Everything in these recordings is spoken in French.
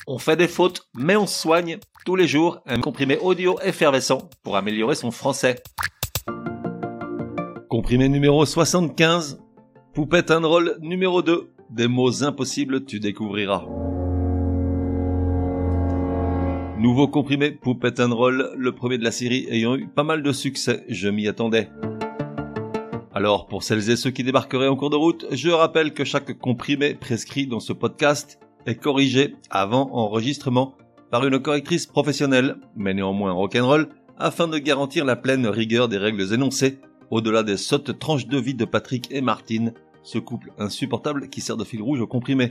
On fait des fautes, mais on soigne. Tous les jours, un comprimé audio effervescent pour améliorer son français. Comprimé numéro 75. Poupette and Roll numéro 2. Des mots impossibles, tu découvriras. Nouveau comprimé Poupette and Roll, le premier de la série ayant eu pas mal de succès, je m'y attendais. Alors, pour celles et ceux qui débarqueraient en cours de route, je rappelle que chaque comprimé prescrit dans ce podcast est corrigé avant enregistrement par une correctrice professionnelle, mais néanmoins rock'n'roll, afin de garantir la pleine rigueur des règles énoncées, au-delà des sottes tranches de vie de Patrick et Martine, ce couple insupportable qui sert de fil rouge au comprimé.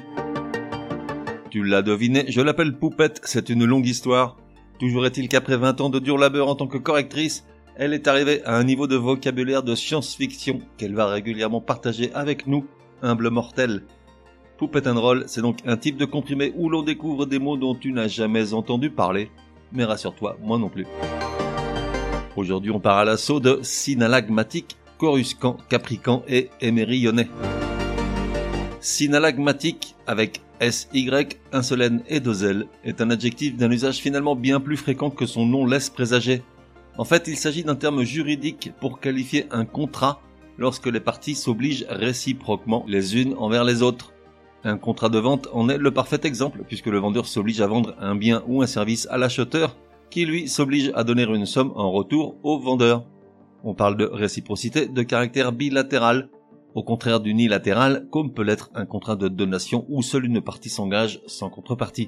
Tu l'as deviné, je l'appelle Poupette, c'est une longue histoire. Toujours est-il qu'après 20 ans de dur labeur en tant que correctrice, elle est arrivée à un niveau de vocabulaire de science-fiction qu'elle va régulièrement partager avec nous, humbles mortels. Poupette and Roll, c'est donc un type de comprimé où l'on découvre des mots dont tu n'as jamais entendu parler, mais rassure-toi, moi non plus. Aujourd'hui, on part à l'assaut de synalagmatique, coruscant, caprican et émerillonné. Synalagmatique, avec SY, un seul N et deux L, est un adjectif d'un usage finalement bien plus fréquent que son nom laisse présager. En fait, il s'agit d'un terme juridique pour qualifier un contrat lorsque les parties s'obligent réciproquement les unes envers les autres. Un contrat de vente en est le parfait exemple puisque le vendeur s'oblige à vendre un bien ou un service à l'acheteur qui lui s'oblige à donner une somme en retour au vendeur. On parle de réciprocité de caractère bilatéral, au contraire d'unilatéral comme peut l'être un contrat de donation où seule une partie s'engage sans contrepartie.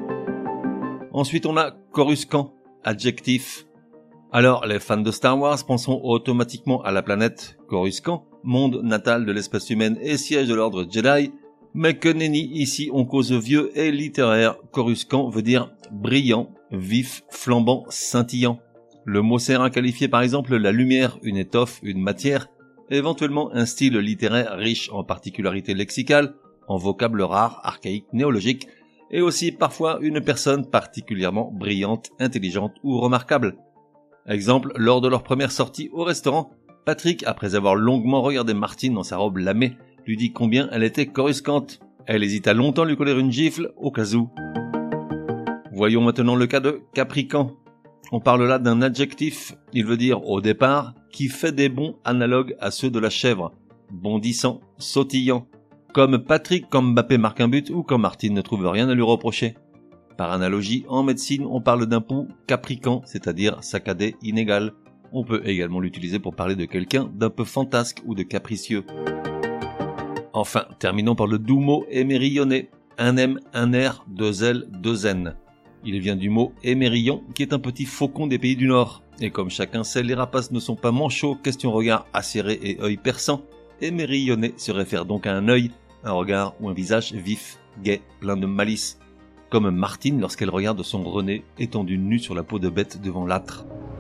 Ensuite on a coruscant, adjectif. Alors, les fans de Star Wars penseront automatiquement à la planète Coruscant, monde natal de l'espèce humaine et siège de l'ordre Jedi, mais que nenni, ici on cause vieux et littéraire. Coruscant veut dire brillant, vif, flambant, scintillant. Le mot sert à qualifier par exemple la lumière, une étoffe, une matière, éventuellement un style littéraire riche en particularités lexicales, en vocables rares, archaïques, néologiques, et aussi parfois une personne particulièrement brillante, intelligente ou remarquable. Exemple, lors de leur première sortie au restaurant, Patrick, après avoir longuement regardé Martine dans sa robe lamée, lui dit combien elle était coruscante. Elle hésita longtemps à lui coller une gifle, au cas où. Voyons maintenant le cas de caprican. On parle là d'un adjectif, il veut dire, au départ, qui fait des bonds analogues à ceux de la chèvre, bondissant, sautillant. Comme Patrick, quand Mbappé marque un but ou quand Martine ne trouve rien à lui reprocher. Par analogie, en médecine, on parle d'un pouls caprican, c'est-à-dire saccadé, inégal. On peut également l'utiliser pour parler de quelqu'un d'un peu fantasque ou de capricieux. Enfin, terminons par le doux mot émerillonné. Un M, un R, deux L, deux N. Il vient du mot émerillon, qui est un petit faucon des pays du Nord. Et comme chacun sait, les rapaces ne sont pas manchots, question regard acéré et œil perçant. Émerillonné se réfère donc à un œil, un regard ou un visage vif, gai, plein de malice. Comme Martine lorsqu'elle regarde son René étendu nu sur la peau de bête devant l'âtre.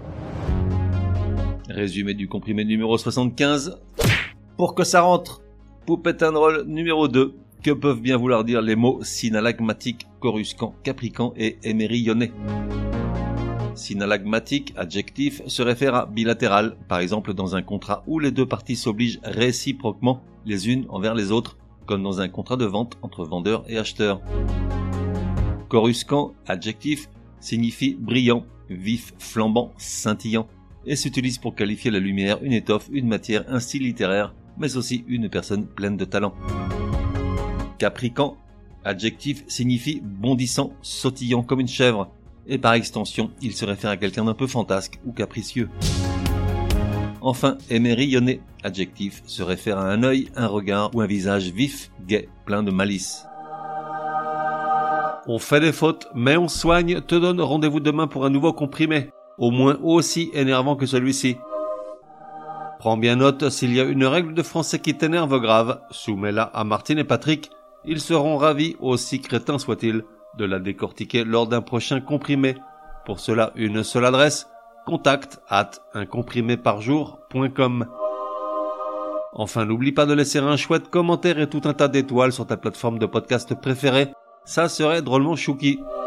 Résumé du comprimé numéro 75. Pour que ça rentre, Poupette and Roll numéro 2. Que peuvent bien vouloir dire les mots synalagmatique, coruscant, caprican et émerillonné? Synalagmatique, adjectif, se réfère à bilatéral, par exemple dans un contrat où les deux parties s'obligent réciproquement les unes envers les autres, comme dans un contrat de vente entre vendeur et acheteur. Coruscant, adjectif, signifie brillant, vif, flambant, scintillant, et s'utilise pour qualifier la lumière, une étoffe, une matière, un style littéraire, mais aussi une personne pleine de talent. Caprican, adjectif, signifie bondissant, sautillant comme une chèvre, et par extension, il se réfère à quelqu'un d'un peu fantasque ou capricieux. Enfin, émerillonné, adjectif, se réfère à un œil, un regard ou un visage vif, gai, plein de malice. On fait des fautes, mais on soigne, te donne rendez-vous demain pour un nouveau comprimé, au moins aussi énervant que celui-ci. Prends bien note, s'il y a une règle de français qui t'énerve grave, soumets-la à Martine et Patrick, ils seront ravis, aussi crétins soient-ils, de la décortiquer lors d'un prochain comprimé. Pour cela, une seule adresse, contact@uncompriméparjour.com. Enfin, n'oublie pas de laisser un chouette commentaire et tout un tas d'étoiles sur ta plateforme de podcast préférée. Ça serait drôlement chouki.